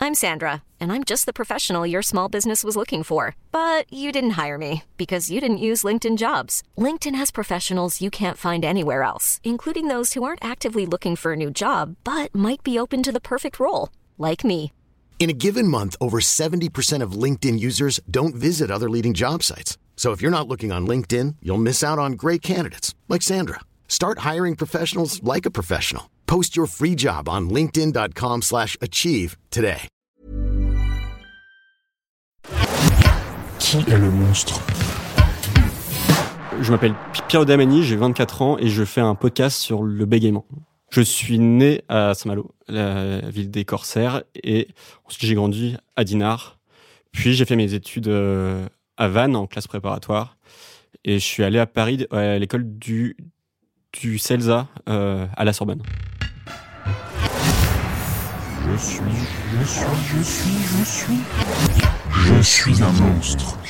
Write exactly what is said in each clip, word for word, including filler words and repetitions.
I'm Sandra, and I'm just the professional your small business was looking for. But you didn't hire me because you didn't use LinkedIn Jobs. LinkedIn has professionals you can't find anywhere else, including those who aren't actively looking for a new job, but might be open to the perfect role, like me. In a given month, over seventy percent of LinkedIn users don't visit other leading job sites. So if you're not looking on LinkedIn, you'll miss out on great candidates like Sandra. Start hiring professionals like a professional. Post your free job on linkedin.com slash achieve today. Qui est le monstre ? Je m'appelle Pierre Damani, j'ai vingt-quatre ans et je fais un podcast sur le bégaiement. Je suis né à Saint-Malo, la ville des Corsaires, et ensuite j'ai grandi à Dinard. Puis j'ai fait mes études à Vannes en classe préparatoire et je suis allé à Paris à l'école du, du CELSA euh, à la Sorbonne. Je suis, je suis, je suis, je suis. Je suis un monstre.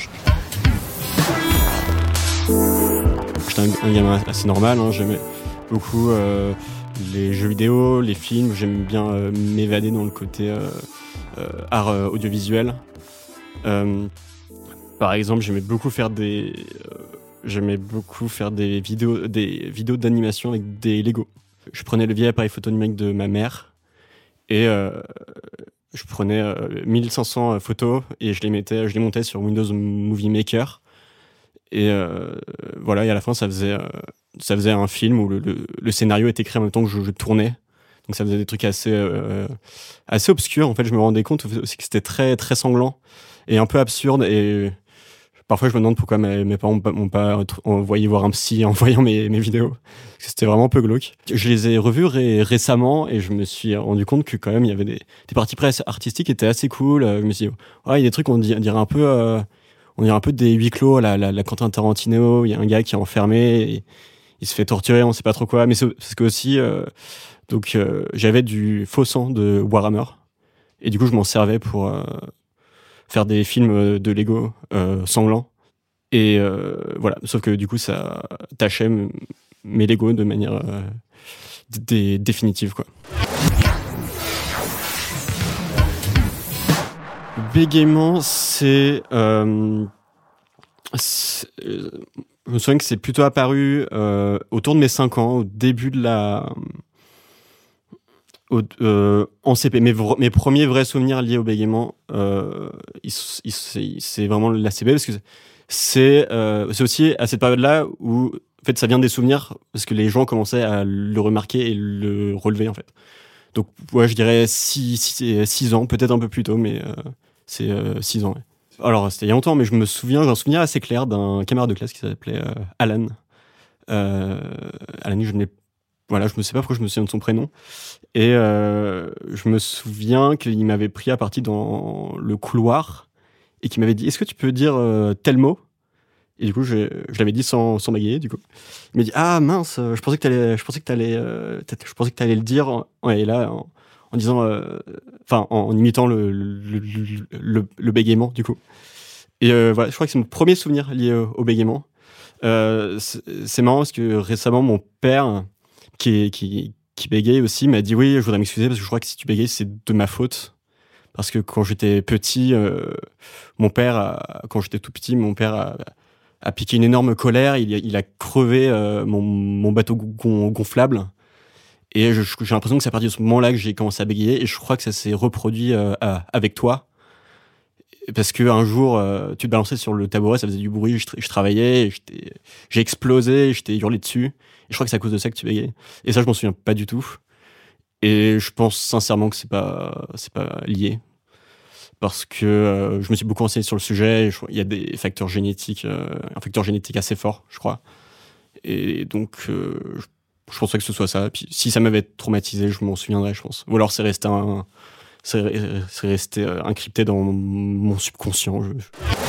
J'étais un, un gamin assez normal, hein, j'aimais beaucoup euh, les jeux vidéo, les films, j'aime bien euh, m'évader dans le côté euh, euh, art euh, audiovisuel. Euh, par exemple, j'aimais beaucoup faire des, euh, j'aimais beaucoup faire des vidéos, des vidéos d'animation avec des Lego. Je prenais le vieil appareil photo numérique de ma mère et euh, je prenais euh, mille cinq cents photos et je les mettais, je les montais sur Windows Movie Maker. Et euh, voilà, et à la fin, ça faisait, euh, ça faisait un film où le, le, le scénario était écrit en même temps que je, je tournais. Donc ça faisait des trucs assez, euh, assez obscurs. En fait, je me rendais compte aussi que c'était très, très sanglant et un peu absurde. Et parfois, je me demande pourquoi mes, mes parents m'ont pas envoyé voir un psy en voyant mes, mes vidéos. Parce que c'était vraiment un peu glauque. Je les ai revus ré- récemment et je me suis rendu compte que quand même, il y avait des, des parties presse artistiques qui étaient assez cool. Je me suis dit, ouais, il y a des trucs, on dirait, on dirait un peu... Euh, On dirait un peu des huis clos, la, la, la Quentin Tarantino, il y a un gars qui est enfermé, et il se fait torturer, on sait pas trop quoi. Mais c'est parce que aussi, euh, donc, euh, j'avais du faux sang de Warhammer. Et du coup, je m'en servais pour euh, faire des films de Lego euh, sanglants. Et euh, voilà, sauf que du coup, ça tachait m- mes Lego de manière euh, d- définitive, quoi. Bégaiement, c'est, euh, c'est, euh, je me souviens que c'est plutôt apparu euh, autour de mes cinq ans, au début de la, au, euh, en C P. Mes, vr- mes premiers vrais souvenirs liés au bégaiement, euh, ils, ils, c'est, c'est vraiment la C P parce que c'est, euh, c'est aussi à cette période-là où, en fait, ça vient des souvenirs parce que les gens commençaient à le remarquer et le relever, en fait. Donc, ouais, je dirais six ans, peut-être un peu plus tôt, mais euh, c'est six ans. Ouais. Alors, c'était il y a longtemps, mais je me souviens, j'ai un souvenir assez clair d'un camarade de classe qui s'appelait euh, Alan. Euh, Alan, je n'ai, voilà, je ne sais pas pourquoi je me souviens de son prénom. Et euh, je me souviens qu'il m'avait pris à partie dans le couloir et qu'il m'avait dit, est-ce que tu peux dire euh, tel mot ? Et du coup, je, je l'avais dit sans, sans bagayer, du coup. Il m'a dit, ah mince, je pensais que t'allais, je pensais que t'allais, euh, je pensais que t'allais le dire. Ouais, et là, en, en disant, enfin, euh, en, en imitant le, le, le, le, le bégaiement, du coup. Et euh, voilà, je crois que c'est mon premier souvenir lié au, au bégaiement. Euh, c'est, c'est marrant parce que récemment, mon père, qui, qui, qui bégaye aussi, m'a dit, oui, je voudrais m'excuser parce que je crois que si tu bégayes, c'est de ma faute. Parce que quand j'étais petit, euh, mon père, a, quand j'étais tout petit, mon père a, a piqué une énorme colère, il a, il a crevé euh, mon, mon bateau gon, gonflable. Et je, j'ai l'impression que c'est à partir de ce moment-là que j'ai commencé à bégayer. Et je crois que ça s'est reproduit euh, à, avec toi. Parce qu'un jour, euh, tu te balançais sur le tabouret, ça faisait du bruit, je, je travaillais, j'ai explosé, je t'ai hurlé dessus. Et je crois que c'est à cause de ça que tu bégayais. Et ça, je m'en souviens pas du tout. Et je pense sincèrement que c'est pas, c'est pas lié. Parce que euh, je me suis beaucoup renseigné sur le sujet. Il y a des facteurs génétiques, euh, un facteur génétique assez fort, je crois. Et donc, euh, je, je pense pas que ce soit ça. Puis, si ça m'avait traumatisé, je m'en souviendrais, je pense. Ou alors, c'est resté, un, c'est, c'est resté euh, incrypté dans mon, mon subconscient. Je...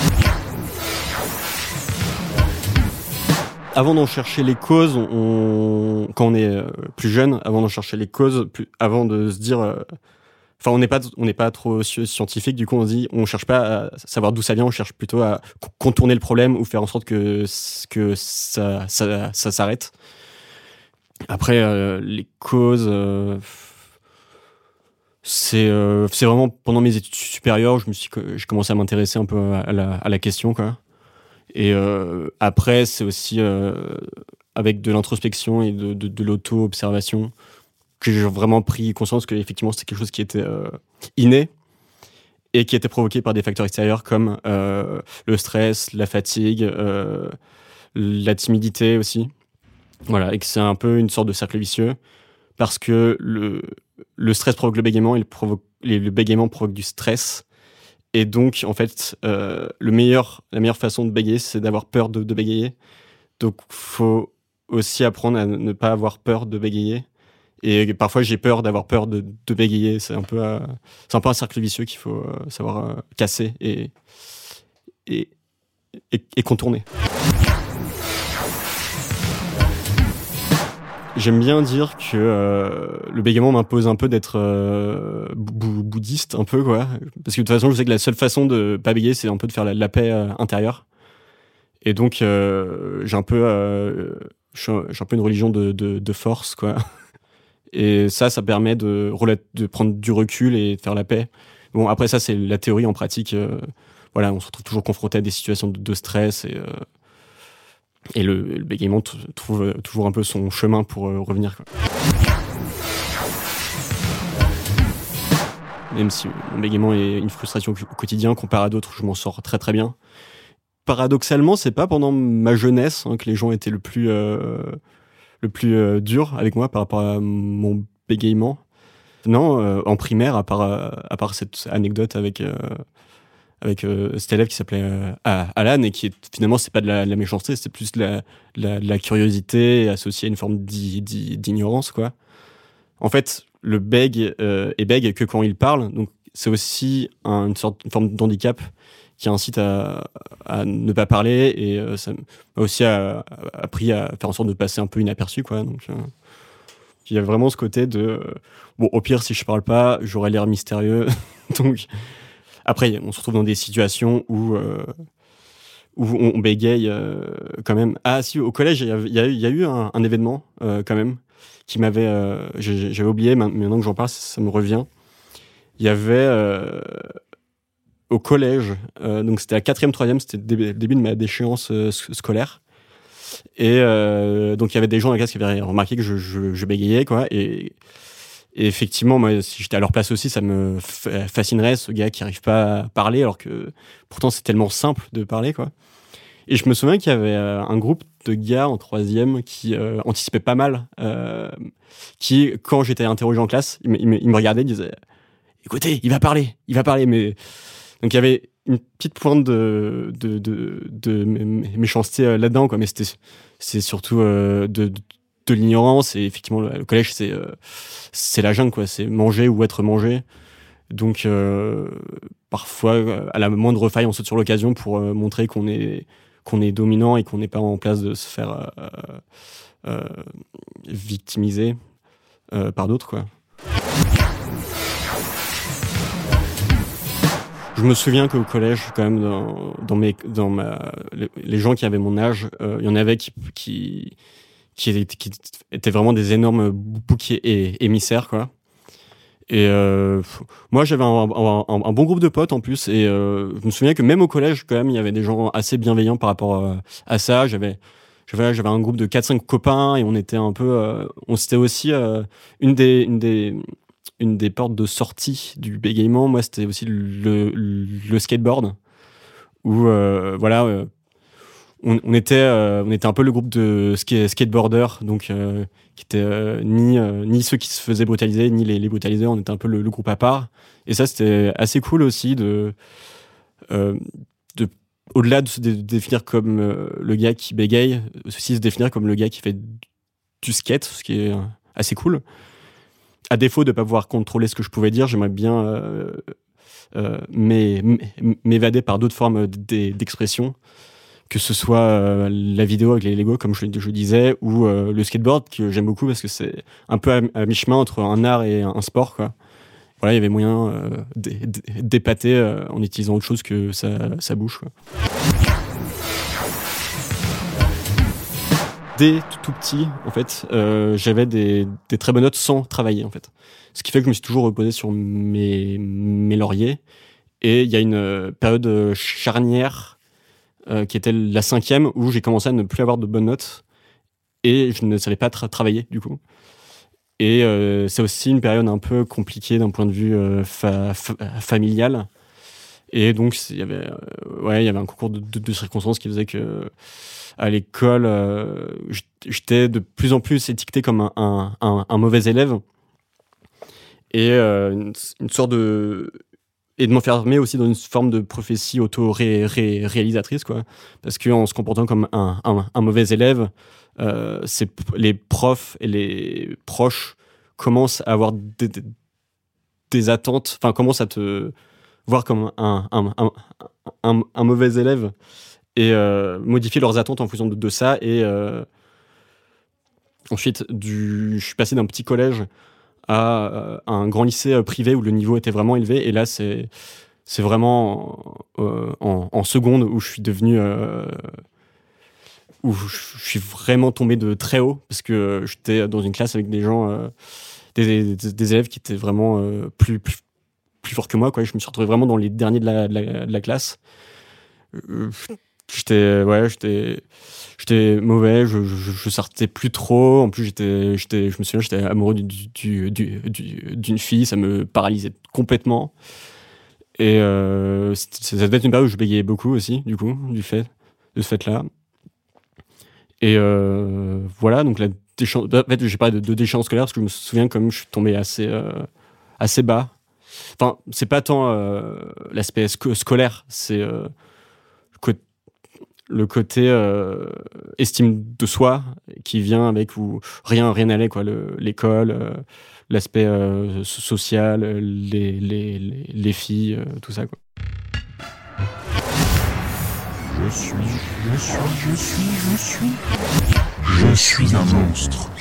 Avant d'en chercher les causes, on, quand on est plus jeune, avant d'en chercher les causes, plus, avant de se dire, euh, enfin, on n'est pas, on n'est pas trop scientifique. Du coup, on se dit, on cherche pas à savoir d'où ça vient, on cherche plutôt à contourner le problème ou faire en sorte que que ça, ça, ça s'arrête. Après, euh, les causes, euh, c'est euh, c'est vraiment pendant mes études supérieures, je me suis j'ai commencé à m'intéresser un peu à la à la question quoi. Et euh, après c'est aussi euh, avec de l'introspection et de de, de l'auto-observation que j'ai vraiment pris conscience que effectivement c'était quelque chose qui était euh, inné et qui était provoqué par des facteurs extérieurs comme euh, le stress, la fatigue, euh, la timidité aussi. Voilà, et que c'est un peu une sorte de cercle vicieux parce que le le stress provoque le bégaiement et le, provoque, le bégaiement provoque du stress. Et donc, en fait, euh, le meilleur, la meilleure façon de bégayer, c'est d'avoir peur de, de bégayer. Donc, il faut aussi apprendre à ne pas avoir peur de bégayer. Et parfois, j'ai peur d'avoir peur de, de bégayer. C'est un peu, euh, c'est un peu un cercle vicieux qu'il faut euh, savoir euh, casser et, et, et, et contourner. J'aime bien dire que euh, le bégaiement m'impose un peu d'être euh, bou- bouddhiste, un peu, quoi. Parce que de toute façon, je sais que la seule façon de pas bégayer, c'est un peu de faire la, la paix euh, intérieure. Et donc, euh, j'ai un peu, euh, j'ai un peu une religion de, de, de force, quoi. Et ça, ça permet de, de prendre du recul et de faire la paix. Bon, après ça, c'est la théorie. En pratique, euh, voilà, on se retrouve toujours confronté à des situations de, de stress et... Euh, Et le, le bégaiement t- trouve toujours un peu son chemin pour euh, revenir, quoi. Même si mon bégaiement est une frustration au quotidien, comparé à d'autres, je m'en sors très très bien. Paradoxalement, c'est pas pendant ma jeunesse hein, que les gens étaient le plus, euh, le plus euh, dur avec moi par rapport à mon bégaiement. Non, euh, en primaire, à part, euh, à part cette anecdote avec... Euh, avec euh, cet élève qui s'appelait euh, Alan et qui est, finalement c'est pas de la, de la méchanceté, c'est plus de la, de la, de la curiosité associée à une forme d'i, d'i, d'ignorance quoi. En fait le bègue euh, est bègue que quand il parle, donc c'est aussi un, une sorte une forme d'handicap qui incite à, à ne pas parler et euh, ça m'a aussi a, a appris à faire en sorte de passer un peu inaperçu quoi. Donc euh, il y a vraiment ce côté de euh, bon au pire si je parle pas j'aurais l'air mystérieux donc après, on se retrouve dans des situations où, euh, où on, on bégaye euh, quand même. Ah si, au collège, il y a, il y a, il y a eu un, un événement euh, quand même qui m'avait... Euh, j'avais oublié, mais maintenant que j'en parle, ça, ça me revient. Il y avait euh, au collège, euh, donc c'était la quatrième, troisième, c'était le début de ma déchéance euh, scolaire. Et euh, donc il y avait des gens dans la classe qui avaient remarqué que je, je, je bégayais, quoi. Et... Et effectivement, moi, si j'étais à leur place aussi, ça me fascinerait, ce gars qui n'arrive pas à parler, alors que pourtant c'est tellement simple de parler, quoi. Et je me souviens qu'il y avait un groupe de gars en troisième qui euh, anticipaient pas mal, euh, qui, quand j'étais interrogé en classe, ils me, ils me, ils me regardaient, ils disaient « Écoutez, il va parler, il va parler ». Mais donc il y avait une petite pointe de, de, de, de méchanceté là-dedans, quoi. Mais c'était, c'est surtout euh, de, de de l'ignorance et effectivement le collège c'est euh, c'est la jungle quoi, c'est manger ou être mangé donc euh, parfois à la moindre faille on saute sur l'occasion pour euh, montrer qu'on est qu'on est dominant et qu'on n'est pas en place de se faire euh, euh, victimiser euh, par d'autres quoi. Je me souviens qu'au collège quand même dans, dans mes dans ma les, les gens qui avaient mon âge il euh, y en avait qui qui Qui étaient, qui étaient vraiment des énormes bouquiers et émissaires, quoi. Et euh, moi, j'avais un, un, un bon groupe de potes en plus, et euh, je me souviens que même au collège, quand même, il y avait des gens assez bienveillants par rapport à, à ça. J'avais, j'avais, j'avais un groupe de quatre cinq copains, et on était un peu, euh, on c'était aussi euh, une des, une des, une des portes de sortie du bégaiement. Moi, c'était aussi le, le, le skateboard, où euh, voilà. Euh, On, on était, euh, on était un peu le groupe de sk- skateboarders, donc euh, qui étaient euh, ni euh, ni ceux qui se faisaient brutaliser, ni les, les brutalisés. On était un peu le, le groupe à part. Et ça, c'était assez cool aussi de, euh, de au-delà de se dé- définir comme euh, le gars qui bégaye, aussi se définir comme le gars qui fait du skate, ce qui est assez cool. À défaut de pas pouvoir contrôler ce que je pouvais dire, j'aimerais bien euh, euh, m'é- m'évader par d'autres formes d- d'expression. Que ce soit euh, la vidéo avec les Lego, comme je, je disais, ou euh, le skateboard, que j'aime beaucoup parce que c'est un peu à, à mi-chemin entre un art et un, un sport, quoi. Voilà, il y avait moyen euh, d'é- d'épater euh, en utilisant autre chose que sa, sa bouche, quoi. dès tout, tout petit, en fait, euh, j'avais des, des très bonnes notes sans travailler, en fait. Ce qui fait que je me suis toujours reposé sur mes, mes lauriers. Et il y a une période charnière euh, qui était la cinquième où j'ai commencé à ne plus avoir de bonnes notes et je ne savais pas tra- travailler, du coup. Et euh, c'est aussi une période un peu compliquée d'un point de vue euh, fa- fa- familial. Et donc, il y avait, euh, ouais, il y avait un concours de, de, de circonstances qui faisait que à l'école, euh, j'étais de plus en plus étiqueté comme un, un, un, un mauvais élève. Et euh, une, une sorte de... Et de m'enfermer aussi dans une forme de prophétie auto-réalisatrice, quoi. Parce qu'en se comportant comme un, un, un mauvais élève, euh, c'est, les profs et les proches commencent à avoir des, des, des attentes, enfin, commencent à te voir comme un, un, un, un, un mauvais élève et euh, modifier leurs attentes en fonction de, de ça. Et euh, ensuite, du, je suis passé d'un petit collège à euh, un grand lycée privé où le niveau était vraiment élevé. Et là, c'est, c'est vraiment euh, en, en seconde où je suis devenu... Euh, où je suis vraiment tombé de très haut parce que j'étais dans une classe avec des gens, euh, des, des, des élèves qui étaient vraiment euh, plus, plus, plus forts que moi, quoi. Je me suis retrouvé vraiment dans les derniers de la, de la, de la classe. Euh, j'étais, ouais, j'étais, j'étais mauvais, je, je, je sortais plus trop. En plus, j'étais, j'étais, je me souviens, j'étais amoureux du, du, du, du, d'une fille, ça me paralysait complètement. Et euh, ça devait être une période où je bégayais beaucoup aussi, du coup, du fait, de ce fait-là. Et euh, voilà, donc la déchéance, en fait, j'ai parlé de, de déchéance scolaire parce que je me souviens comme je suis tombé assez, euh, assez bas. Enfin, c'est pas tant euh, l'aspect sco- scolaire, c'est euh, le côté euh, estime de soi qui vient avec où rien rien n'allait, quoi. Le, l'école, euh, l'aspect euh, social, les, les, les, les filles, euh, tout ça, quoi. Je suis, je suis, je suis, je suis. Je suis un monstre.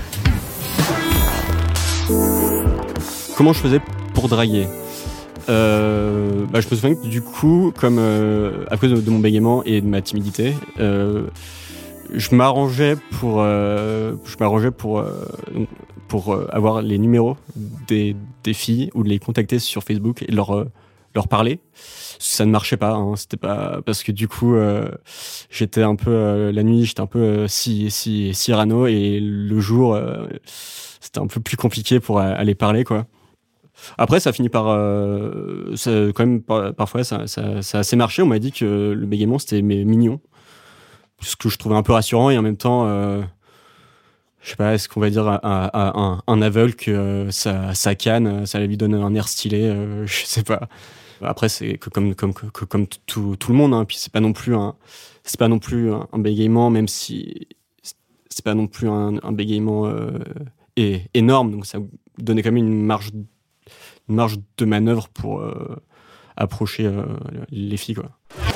Comment je faisais pour draguer ? euh, bah, Je me souviens que du coup, comme euh, à cause de, de mon bégaiement et de ma timidité, euh, je m'arrangeais pour, euh, je m'arrangeais pour, euh, pour euh, avoir les numéros des, des filles ou de les contacter sur Facebook et leur, euh, leur parler. Ça ne marchait pas, hein. C'était pas parce que du coup euh, j'étais un peu euh, la nuit j'étais un peu euh, si si Cyrano et le jour euh, c'était un peu plus compliqué pour euh, aller parler, quoi. Après ça finit par euh, ça, quand même par, parfois ça, ça ça a assez marché. On m'a dit que le bégaiement c'était mignon, ce que je trouvais un peu rassurant, et en même temps euh, je sais pas, est-ce qu'on va dire à, à, à un, un aveugle que euh, ça ça canne, ça lui donne un air stylé, euh, je sais pas. Après, c'est que comme comme que, comme tout, tout le monde, hein. Puis c'est pas non plus un c'est pas non plus un, un bégaiement, même si c'est pas non plus un, un bégaiement euh, é, énorme. Donc ça donnait quand même une marge une marge de manœuvre pour euh, approcher euh, les filles, quoi.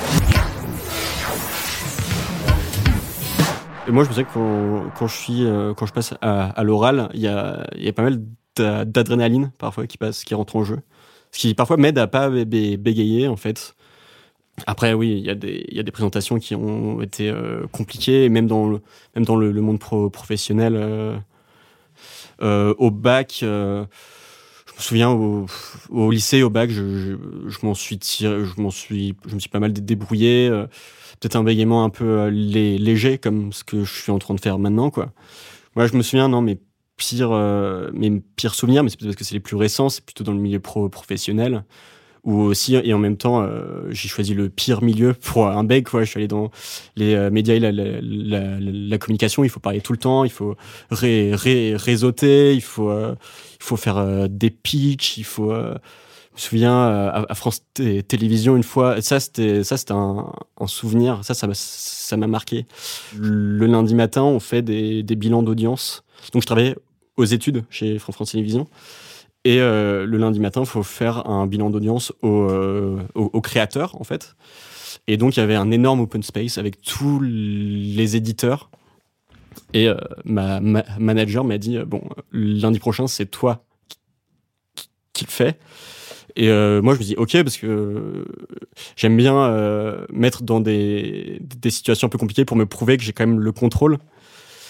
Et moi, je me souviens que quand, quand je suis euh, quand je passe à, à l'oral, il y a il y a pas mal d'adrénaline parfois qui passe, qui rentre en jeu. Ce qui parfois m'aide à pas bé- bégayer, en fait. Après, oui, il y a des, il y a des présentations qui ont été euh, compliquées, même dans le, même dans le, le monde pro- professionnel. Euh, euh, au bac, euh, je me souviens au, au lycée, au bac, je, je, je m'en suis tiré, je m'en suis, je me suis pas mal débrouillé. Euh, peut-être un bégaiement un peu euh, lé- léger, comme ce que je suis en train de faire maintenant, quoi. Moi, je me souviens, non, mais pire, euh, mes pires souvenirs, mais c'est parce que c'est les plus récents, c'est plutôt dans le milieu pro professionnel, où aussi, et en même temps, euh, j'ai choisi le pire milieu pour un beg, quoi. Je suis allé dans les euh, médias et la, la, la, la communication. Il faut parler tout le temps, il faut ré, ré, réseauter, il faut, euh, il faut faire euh, des pitchs, il faut. Euh, je me souviens euh, à, à France T- Télévisions une fois, ça c'était, ça c'était un, un souvenir, ça, ça m'a, ça m'a marqué. Le lundi matin, on fait des, des bilans d'audience. Donc je travaillais aux études chez France Télévisions. Et euh, le lundi matin, il faut faire un bilan d'audience aux euh, au, au créateurs, en fait. Et donc, il y avait un énorme open space avec tous les éditeurs. Et euh, ma, ma manager m'a dit, bon, lundi prochain, c'est toi qui, qui le fais. Et euh, moi, je me dis, OK, parce que euh, j'aime bien euh, mettre dans des, des situations un peu compliquées pour me prouver que j'ai quand même le contrôle.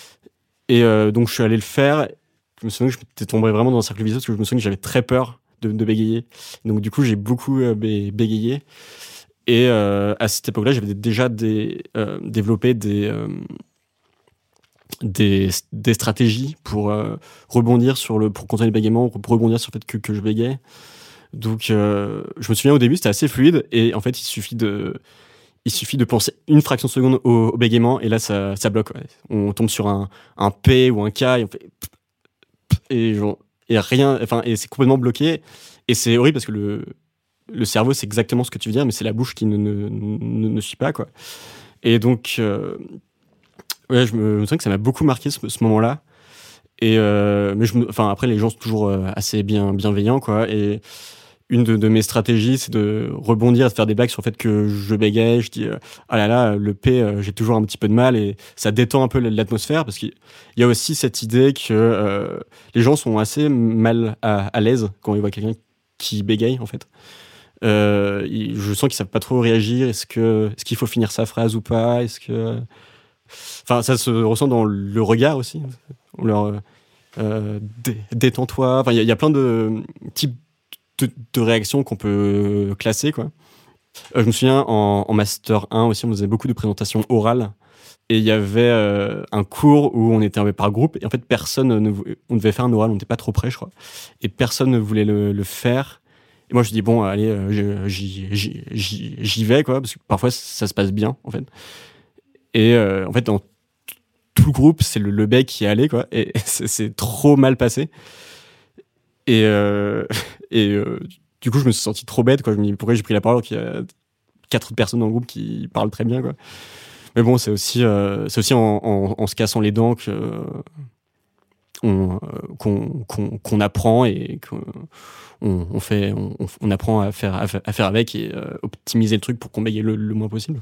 Et euh, donc, je suis allé le faire. Je me souviens que j'étais tombé vraiment dans un cercle vicieux parce que je me souviens que j'avais très peur de, de bégayer. Donc, du coup, j'ai beaucoup euh, bé- bégayé. Et euh, à cette époque-là, j'avais déjà des, euh, développé des, euh, des, des stratégies pour euh, rebondir sur le, pour contrôler le bégaiement, pour rebondir sur le fait que, que je bégaye. Donc, euh, je me souviens au début, c'était assez fluide. Et en fait, il suffit de, il suffit de penser une fraction de seconde au, au bégaiement et là, ça, ça bloque. Ouais. On tombe sur un, un P ou un K et on fait et genre, et rien, enfin, et c'est complètement bloqué. Et c'est horrible parce que le le cerveau, c'est exactement ce que tu veux dire, mais c'est la bouche qui ne, ne, ne, ne suit pas, quoi. Et donc, euh, ouais, je me, je me souviens que ça m'a beaucoup marqué ce, ce moment-là. Et euh, mais je me, enfin, après, les gens sont toujours euh, assez bien, bienveillants, quoi. Et une de, de mes stratégies, c'est de rebondir, de faire des blagues sur le fait que je bégaye. Je dis, euh, ah là là, le P, euh, j'ai toujours un petit peu de mal, et ça détend un peu l'atmosphère parce qu'il y a aussi cette idée que euh, les gens sont assez mal à, à l'aise quand ils voient quelqu'un qui bégaye, en fait. Euh, je sens qu'ils savent pas trop réagir. Est-ce que, est-ce qu'il faut finir sa phrase ou pas? Est-ce que, enfin, ça se ressent dans le regard aussi. On leur euh, dé- détends-toi. Enfin, il y, y a plein de types de, de réactions qu'on peut classer, quoi. Euh, je me souviens en, en master un aussi, on faisait beaucoup de présentations orales. Et il y avait euh, un cours où on était par groupe. Et en fait, personne ne, on devait faire un oral. On n'était pas trop près, je crois. Et personne ne voulait le, le faire. Et moi, je dis, bon, allez, euh, j'y, j'y, j'y, j'y vais, quoi, parce que parfois, ça se passe bien, en fait. Et euh, en fait, dans tout le groupe, c'est le, le bec qui est allé, quoi, et c'est, c'est trop mal passé. Et, euh, et euh, du coup, je me suis senti trop bête, quoi. Je me dis, pourquoi j'ai pris la parole, qu'il y a quatre autres personnes dans le groupe qui parlent très bien, quoi. Mais bon, c'est aussi, euh, c'est aussi en, en, en se cassant les dents que, euh, on, euh, qu'on, qu'on, qu'on apprend et qu'on On, on, fait, on, on apprend à faire, à faire avec et euh, optimiser le truc pour qu'on bégaye le, le moins possible.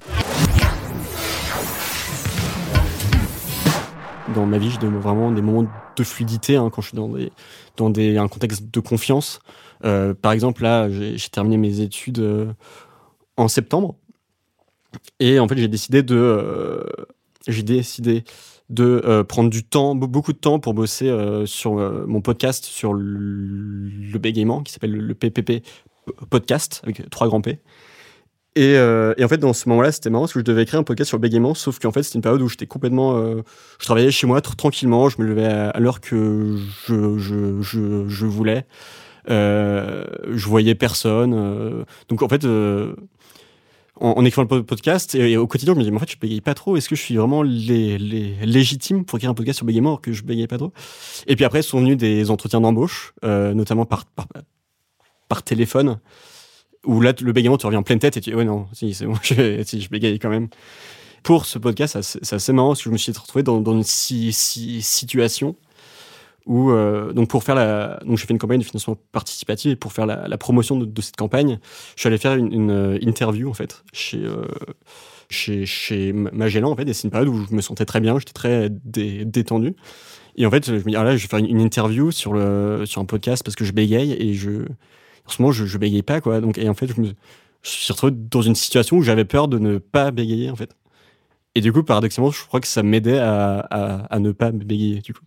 Dans ma vie, je donne vraiment des moments de fluidité hein, quand je suis dans, des, dans des, un contexte de confiance. Euh, par exemple, là, j'ai, j'ai terminé mes études euh, en septembre et en fait, j'ai décidé de, euh, j'ai décidé de euh, prendre du temps, beaucoup de temps pour bosser euh, sur euh, mon podcast sur le, le bégaiement qui s'appelle le P P P podcast avec trois grands P. Et, euh, et en fait, dans ce moment-là, c'était marrant parce que je devais écrire un podcast sur le bégaiement, sauf qu'en fait, c'était une période où j'étais complètement... Euh, je travaillais chez moi tr- tranquillement, je me levais à, à l'heure que je, je, je, je voulais. Euh, je voyais personne. Euh, donc en fait... Euh, En, en écrivant le podcast et, et au quotidien je me dis mais en fait je bégaye pas trop, est-ce que je suis vraiment les, les, légitime pour écrire un podcast sur le bégaiement alors que je bégaye pas trop? Et puis après sont venus des entretiens d'embauche euh, notamment par, par, par téléphone où là le bégaiement te revient en pleine tête et tu dis ouais non si c'est bon je, si, je bégaye quand même. Pour ce podcast ça, c'est assez marrant parce que je me suis retrouvé dans, dans une si, si, situation où euh, donc pour faire la donc j'ai fait une campagne de financement participatif et pour faire la, la promotion de, de cette campagne je suis allé faire une, une euh, interview en fait chez euh, chez chez Magellan en fait et c'est une période où je me sentais très bien, j'étais très dé, détendu et en fait je me dis ah là je vais faire une, une interview sur le sur un podcast parce que je bégaye et je en ce moment je je bégaye pas quoi donc et en fait je me je suis retrouvé dans une situation où j'avais peur de ne pas bégayer en fait et du coup paradoxalement je crois que ça m'aidait à à, à ne pas bégayer du coup.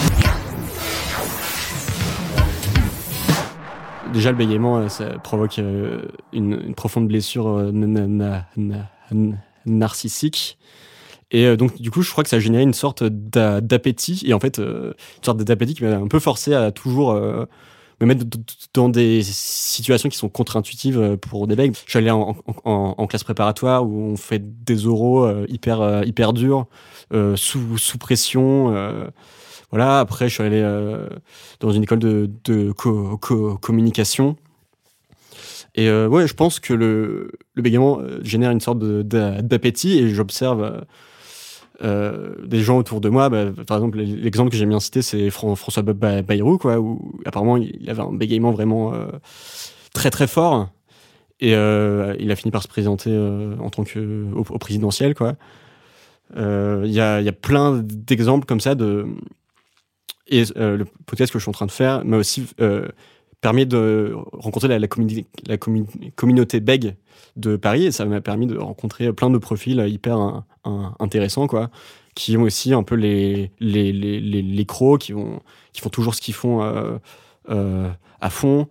Déjà, le bégaiement, ça provoque euh, une, une profonde blessure euh, na- na- na- na- narcissique. Et euh, donc, du coup, je crois que ça a généré une sorte d'a- d'appétit. Et en fait, euh, une sorte d'appétit qui m'a un peu forcé à toujours euh, me mettre d- d- dans des situations qui sont contre-intuitives pour des bègues. Je suis allé en, en, en classe préparatoire où on fait des oraux euh, hyper, euh, hyper durs, euh, sous, sous pression. Euh, Voilà, après, je suis allé euh, dans une école de, de co- co- communication. Et euh, ouais, je pense que le, le bégaiement génère une sorte de, d'a- d'appétit et j'observe euh, des gens autour de moi. Bah, par exemple, l'exemple que j'aime bien citer, c'est Fran- François ba- Bayrou, quoi, où apparemment il avait un bégaiement vraiment euh, très très fort. Et euh, il a fini par se présenter euh, en tant que au, au présidentiel, quoi. Il euh, y, a, y a plein d'exemples comme ça de... Et euh, le podcast que je suis en train de faire m'a aussi euh, permis de rencontrer la, la, communi- la communi- communauté bègue de Paris, et ça m'a permis de rencontrer plein de profils hyper un, un, intéressants, quoi, qui ont aussi un peu les, les, les, les, les crocs, qui, vont, qui font toujours ce qu'ils font euh, euh, à fond.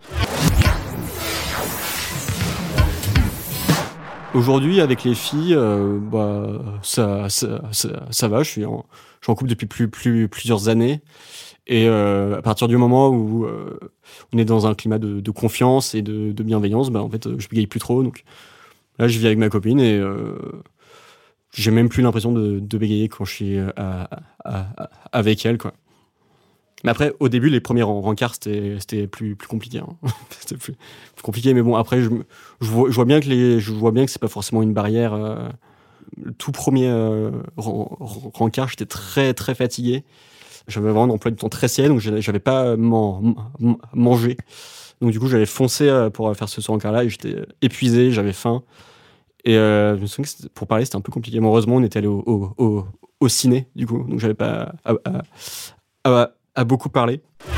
Aujourd'hui, avec les filles, euh, bah, ça, ça, ça, ça va. Je suis en, je suis en couple depuis plus, plus, plusieurs années. Et euh, à partir du moment où euh, on est dans un climat de, de confiance et de, de bienveillance, bah, en fait, je bégaye plus trop. Donc là, je vis avec ma copine et euh, j'ai même plus l'impression de, de bégayer quand je suis à, à, à, avec elle, quoi. Mais après, au début, les premiers rencarts, c'était, c'était plus, plus compliqué. Hein. C'était plus, plus compliqué, mais bon, après, je, je, vois, je vois bien que les, je vois bien que c'est pas forcément une barrière. Euh, le tout premier euh, rencard, j'étais très, très fatigué. J'avais vraiment un emploi du temps très serré, donc j'avais pas man, man, mangé. Donc du coup, j'avais foncé pour faire ce rencard-là et j'étais épuisé, j'avais faim. Et euh, je me souviens que pour parler, c'était un peu compliqué. Mais heureusement, on était allé au, au, au, au ciné, du coup, donc j'avais pas à, à, à, à beaucoup parler.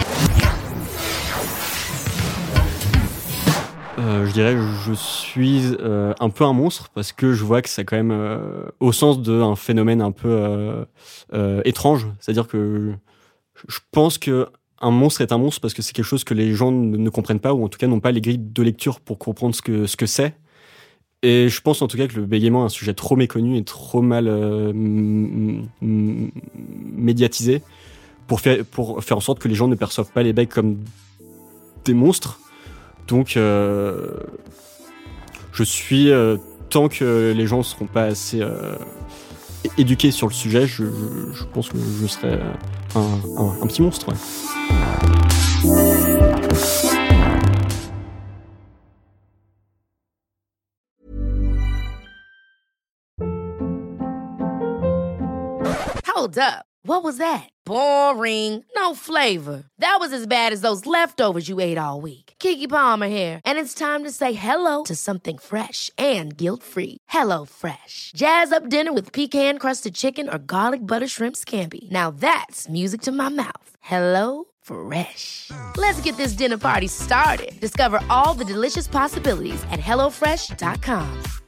Euh, je dirais que je suis euh, un peu un monstre parce que je vois que c'est quand même euh, au sens d'un phénomène un peu euh, euh, étrange. C'est-à-dire que je pense que un monstre est un monstre parce que c'est quelque chose que les gens ne, ne comprennent pas, ou en tout cas n'ont pas les grilles de lecture pour comprendre ce que, ce que c'est. Et je pense en tout cas que le bégaiement est un sujet trop méconnu et trop mal euh, m- m- médiatisé pour faire, pour faire en sorte que les gens ne perçoivent pas les bègues comme des monstres. Donc, euh, je suis, euh, tant que les gens ne seront pas assez euh, éduqués sur le sujet, je, je, je pense que je serai un, un, un petit monstre. Ouais. Hold up. What was that? Boring. No flavor. That was as bad as those leftovers you ate all week. Keke Palmer here, and it's time to say hello to something fresh and guilt-free. Hello Fresh. Jazz up dinner with pecan-crusted chicken or garlic butter shrimp scampi. Now that's music to my mouth. Hello Fresh. Let's get this dinner party started. Discover all the delicious possibilities at hello fresh dot com.